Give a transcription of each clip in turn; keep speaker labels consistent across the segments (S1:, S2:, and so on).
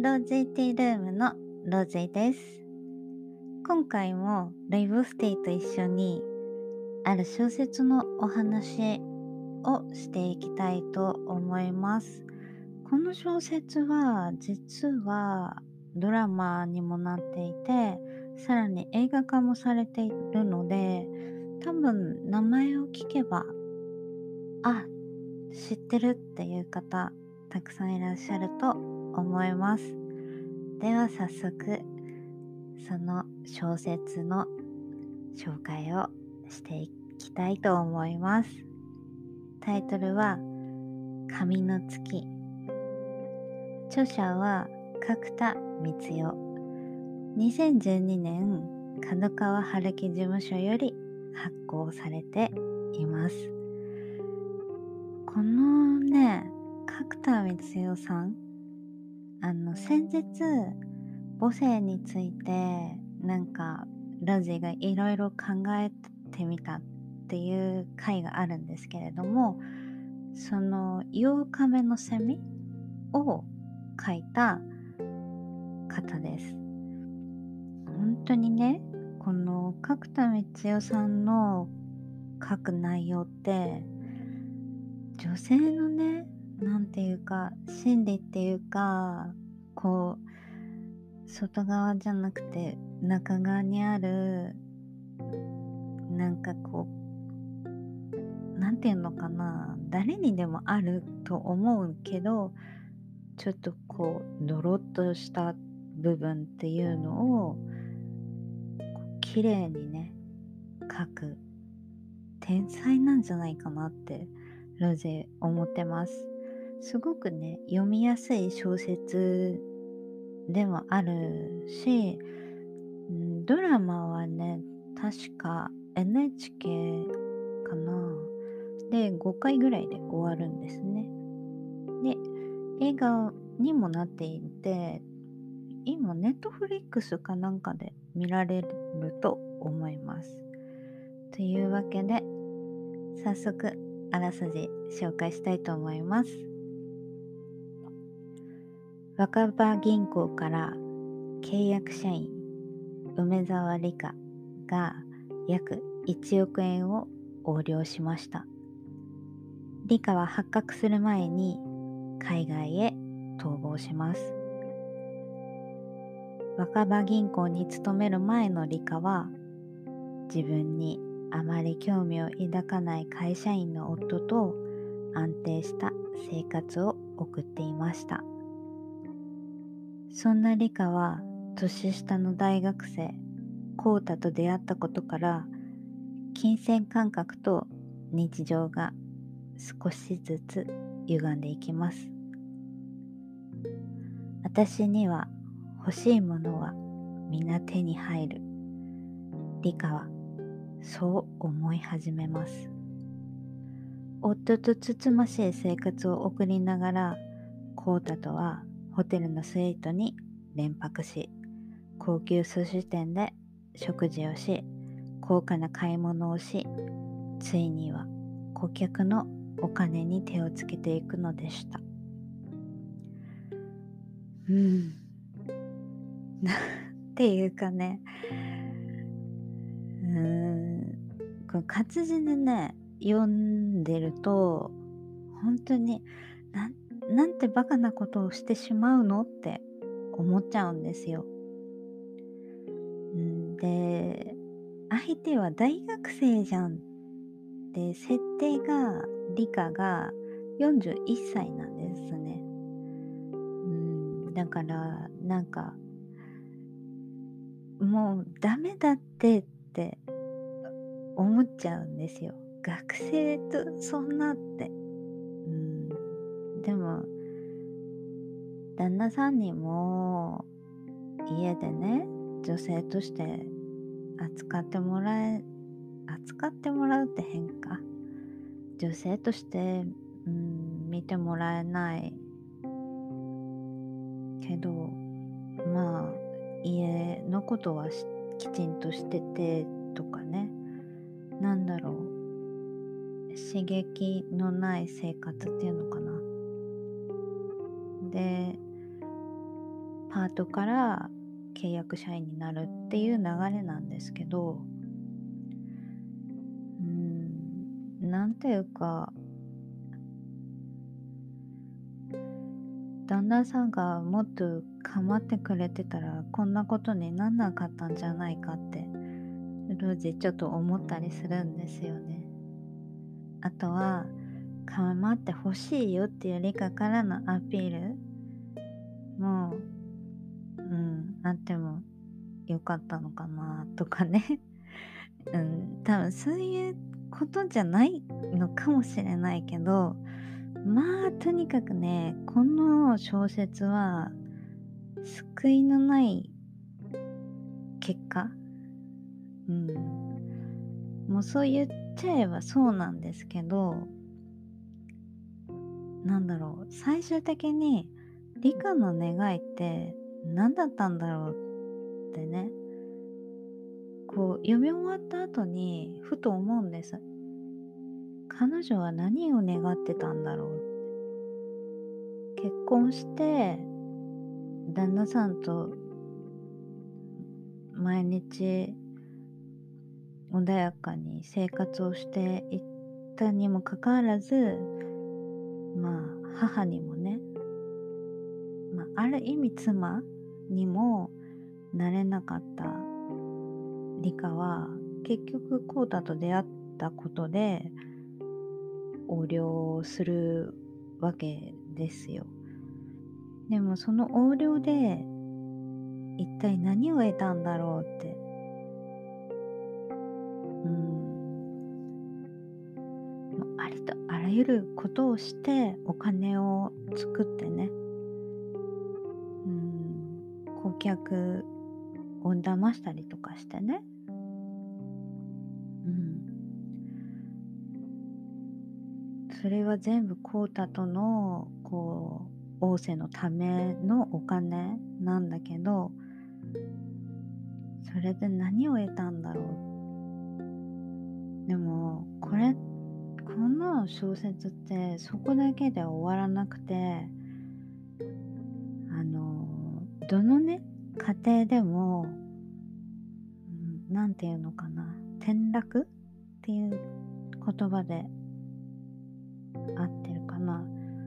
S1: ローゼーティールームのローゼーです。今回もレイブステイと一緒にある小説のお話をしていきたいと思います。この小説は実はドラマにもなっていて、さらに映画化もされているので、多分名前を聞けば、あ、知ってるっていう方たくさんいらっしゃると思います。では早速その小説の紹介をしていきたいと思います。タイトルは紙の月。著者は角田光代。2012年角川春樹事務所より発行されています。このね、角田光代さん、先日母性についてラジがいろいろ考えてみたっていう回があるんですけれども、その8日目のセミを書いた方です。本当にね、この角田光代さんの書く内容って女性のね、なんていうか心理っていうか、こう外側じゃなくて中側にあるなんていうのかな、誰にでもあると思うけど、ちょっとドロッとした部分っていうのを綺麗にね書く天才なんじゃないかなってロゼ思ってます。すごくね読みやすい小説でもあるし、ドラマはね確か NHK かなで5回ぐらいで終わるんですね。で映画にもなっていて、今ネットフリックスかなんかで見られると思います。というわけで早速あらすじ紹介したいと思います。若葉銀行から契約社員梅沢理香が約1億円を横領しました。理香は発覚する前に海外へ逃亡します。若葉銀行に勤める前の理香は自分にあまり興味を抱かない会社員の夫と安定した生活を送っていました。そんな理香は年下の大学生コウタと出会ったことから金銭感覚と日常が少しずつ歪んでいきます。私には欲しいものは皆手に入る。理香はそう思い始めます。夫とつつましい生活を送りながら、コウタとはホテルのスイートに連泊し、高級寿司店で食事をし、高価な買い物をし、ついには顧客のお金に手をつけていくのでした。っていうかね、この活字でね、読んでると、本当になんてバカなことをしてしまうのって思っちゃうんですよ。で、相手は大学生じゃんって設定が、理科が41歳なんですね。だからもうダメだって思っちゃうんですよ。学生とそんなって。でも旦那さんにも家でね女性として扱ってもらうって変か。女性として、見てもらえないけど、まあ家のことはきちんとしててとかね、刺激のない生活っていうのかな。で、 パートから契約社員になるっていう流れなんですけど、なんていうか、旦那さんがもっと構ってくれてたらこんなことになんなかったんじゃないかってロジちょっと思ったりするんですよね。あとは構ってほしいよっていうリカからのアピールもあってもよかったのかなとかね多分そういうことじゃないのかもしれないけど、まあとにかくね、この小説は救いのない結果、もうそう言っちゃえばそうなんですけど、最終的に理科の願いって何だったんだろうってね、こう読み終わった後にふと思うんです。彼女は何を願ってたんだろう。結婚して旦那さんと毎日穏やかに生活をしていったにもかかわらず、母にもね、ある意味妻にもなれなかったリカは結局コウタと出会ったことで横領するわけですよ。でもその横領で一体何を得たんだろうって、ありとあらゆることをしてお金を作ってね、顧客を騙したりとかしてね、それは全部コウタとの仰せのためのお金なんだけど、それで何を得たんだろう。でもこの小説ってそこだけで終わらなくて、どのね家庭でも、なんていうのかな、転落っていう言葉で合ってるかな。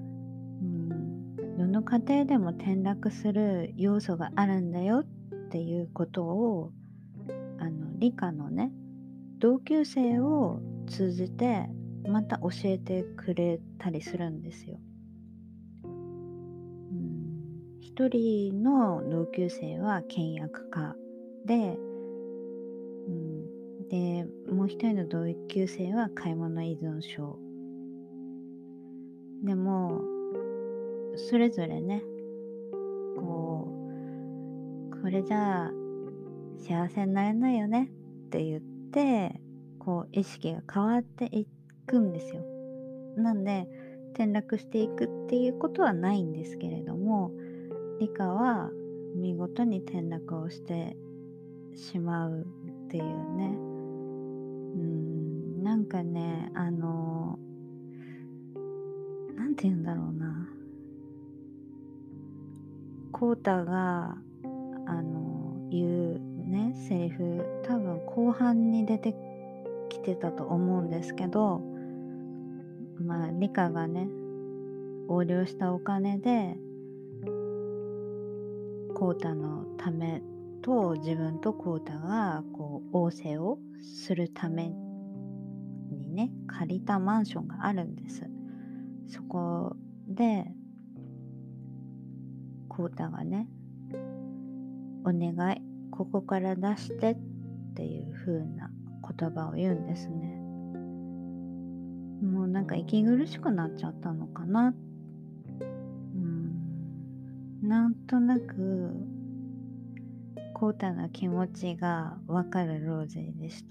S1: どの家庭でも転落する要素があるんだよっていうことを理科のね同級生を通じてまた教えてくれたりするんですよ。一人の同級生は倹約家で、でもう一人の同級生は買い物依存症でもそれぞれねこれじゃあ幸せになれないよねって言って意識が変わっていくんですよ。なんで転落していくっていうことはないんですけれども、リカは見事に転落をしてしまうっていうね。なんかね、なんて言うんだろうな。コウタが言うねセリフ、多分後半に出てきてたと思うんですけど、リカがね横領したお金でコウタのためと自分とコウタが仰せをするためにね借りたマンションがあるんです。そこでコウタがね、お願いここから出してっていう風な言葉を言うんですね。もうなんか息苦しくなっちゃったのかな。なんとなくコウタの気持ちがわかるローゼでした。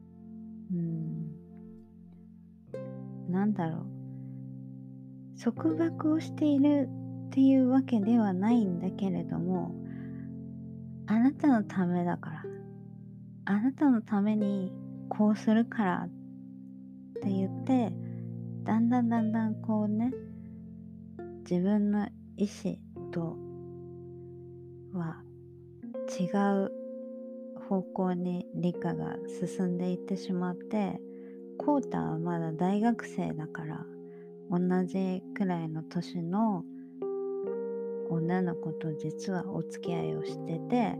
S1: なんだろう、束縛をしているっていうわけではないんだけれども、あなたのためだから、あなたのためにこうするからって言って、だんだん自分の意思とは違う方向に理科が進んでいってしまって、コウタはまだ大学生だから同じくらいの年の女の子と実はお付き合いをしてて、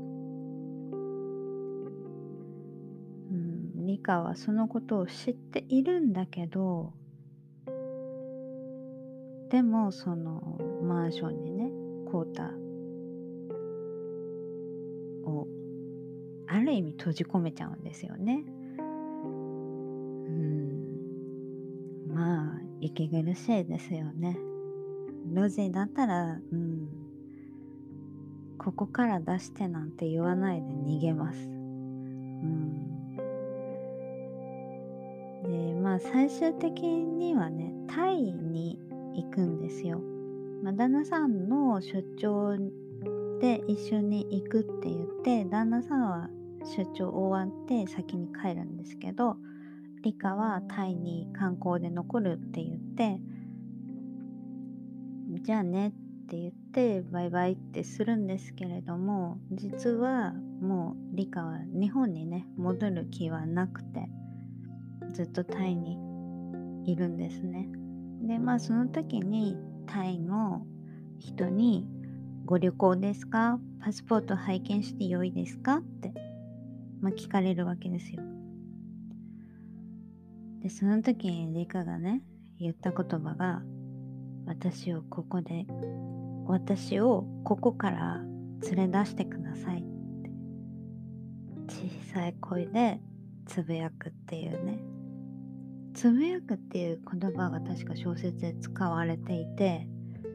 S1: リカはそのことを知っているんだけど、でもそのマンションにね、コウタをある意味閉じ込めちゃうんですよね。まあ息苦しいですよね。ロゼだったら、ここから出してなんて言わないで逃げます。で、まあ最終的にはね、タイに行くんですよ。旦那さんの出張で一緒に行くって言って、旦那さんは出張終わって先に帰るんですけど、リカはタイに観光で残るって言って、じゃあねって言ってバイバイってするんですけれども、実はもうリカは日本にね戻る気はなくて、ずっとタイにいるんですね。で、その時にタイの人にご旅行ですか？パスポート拝見してよいですか？って、聞かれるわけですよ。で、その時にリカがね、言った言葉が、私をここから連れ出してくださいって小さい声でつぶやくっていうね。つぶやくっていう言葉が確か小説で使われていて、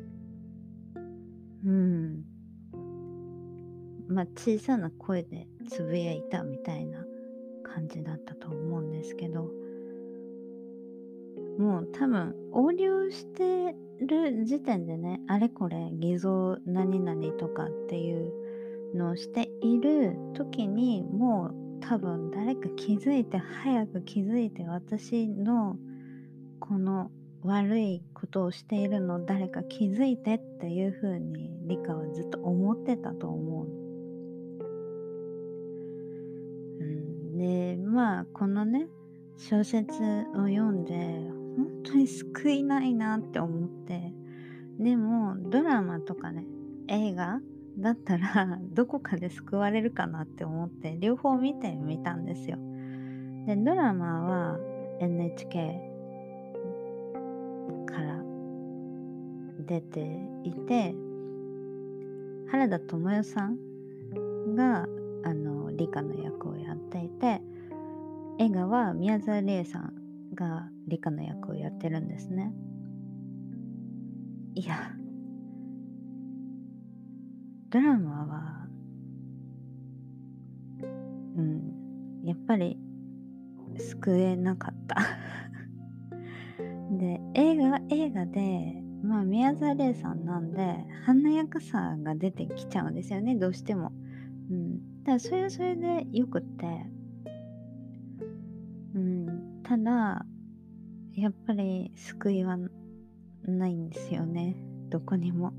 S1: 小さな声でつぶやいたみたいな感じだったと思うんですけど、もう多分横領してる時点でね、あれこれ偽造何々とかっていうのをしている時に、もう多分誰か早く気づいて、私のこの悪いことをしているの誰か気づいてっていう風にリカはずっと思ってたと思う。で、このね小説を読んで本当に救いないなって思って、でもドラマとかね映画だったらどこかで救われるかなって思って両方見てみたんですよ。で、ドラマは NHK から出ていて、原田知世さんが理科の役をやっていて、映画は宮沢りえさんが理科の役をやってるんですね。いや、ドラマはやっぱり救えなかったで、映画は映画で宮沢りえさんなんで華やかさが出てきちゃうんですよね、どうしても。ただそれはそれでよくって、ただやっぱり救いはないんですよね、どこにも。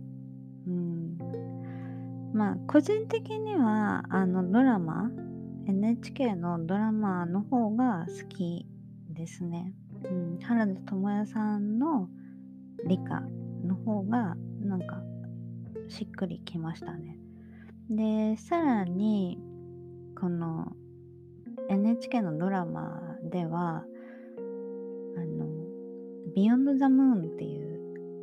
S1: 個人的にはドラマ NHK のドラマの方が好きですね。原田知世さんの理科の方がなんかしっくりきましたね。で、さらにこの NHK のドラマではビヨンドザムーンっていう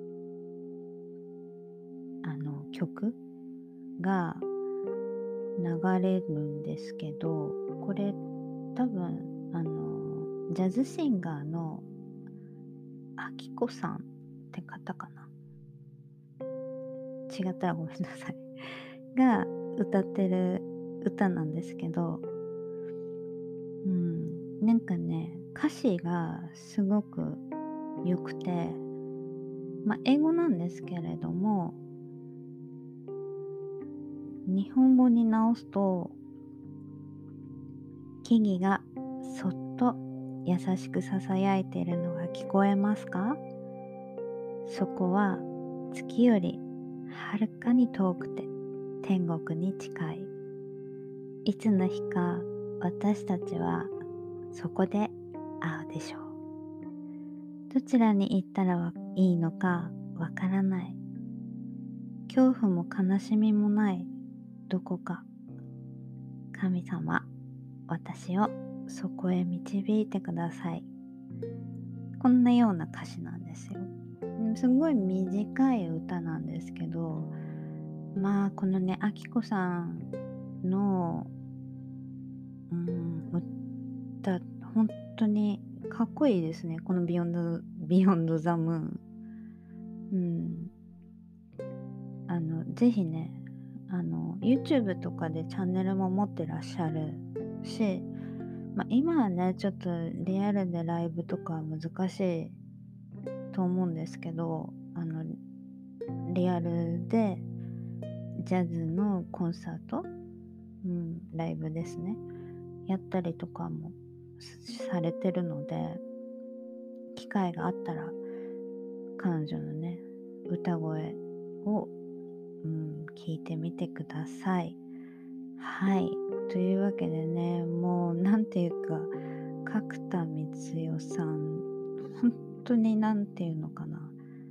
S1: 曲が流れるんですけど、これ多分ジャズシンガーのあきこさんって方かな、違ったらごめんなさいが歌ってる歌なんですけど、なんかね歌詞がすごく良くて、英語なんですけれども、日本語に直すと、木々がそっと優しくささやいているのが聞こえますか？そこは月よりはるかに遠くて天国に近い。いつの日か私たちはそこで会うでしょう。どちらに行ったらいいのかわからない。恐怖も悲しみもないどこか。神様、私をそこへ導いてください。こんなような歌詞なんですよ。すごい短い歌なんですけど、まあこのね、あきこさんの歌、本当にかっこいいですね。このビヨンドザムーン。ぜひね、YouTube とかでチャンネルも持ってらっしゃるし、今はね、ちょっとリアルでライブとかは難しいと思うんですけど、リアルでジャズのコンサート、ライブですね、やったりとかもされてるので、機会があったら彼女のね、歌声を、聞いてみてください。はい。というわけでね、もうなんていうか、角田光代さん、本当になんていうのかな。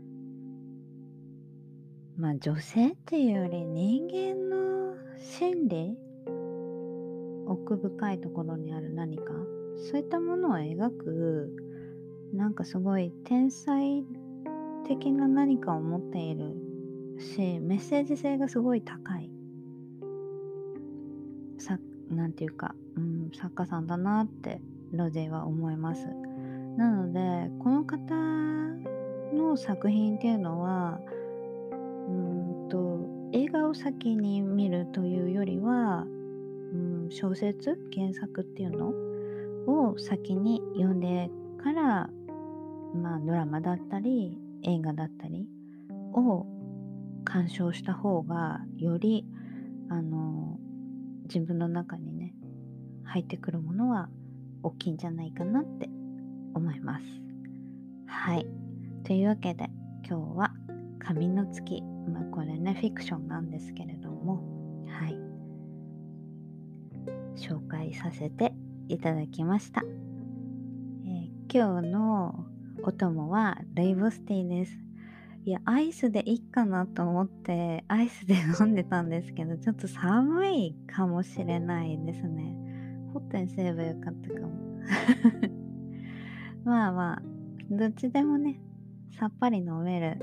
S1: 女性っていうより人間の心理、奥深いところにある何か、そういったものを描く、なんかすごい天才的な何かを持っているし、メッセージ性がすごい高いなんていうか、作家さんだなってロゼは思います。なのでこの方の作品っていうのは映画を先に見るというよりは、小説原作っていうのを先に読んでから、ドラマだったり映画だったりを鑑賞した方がより自分の中にね入ってくるものは大きいんじゃないかなって思います。はい。というわけで今日は紙の月、これねフィクションなんですけれども、はい、紹介させていただきました。今日のお供はレイボスティーです。いや、アイスでいいかなと思ってアイスで飲んでたんですけど、ちょっと寒いかもしれないですね。ホットにすればよかったかも。どっちでもね、さっぱり飲める、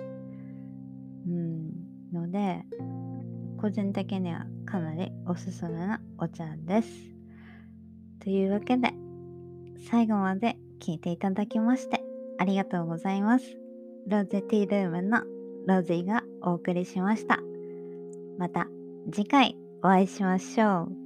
S1: ので、個人的にはかなりおすすめなお茶です。というわけで、最後まで聞いていただきましてありがとうございます。ローゼティールームのロゼがお送りしました。また次回お会いしましょう。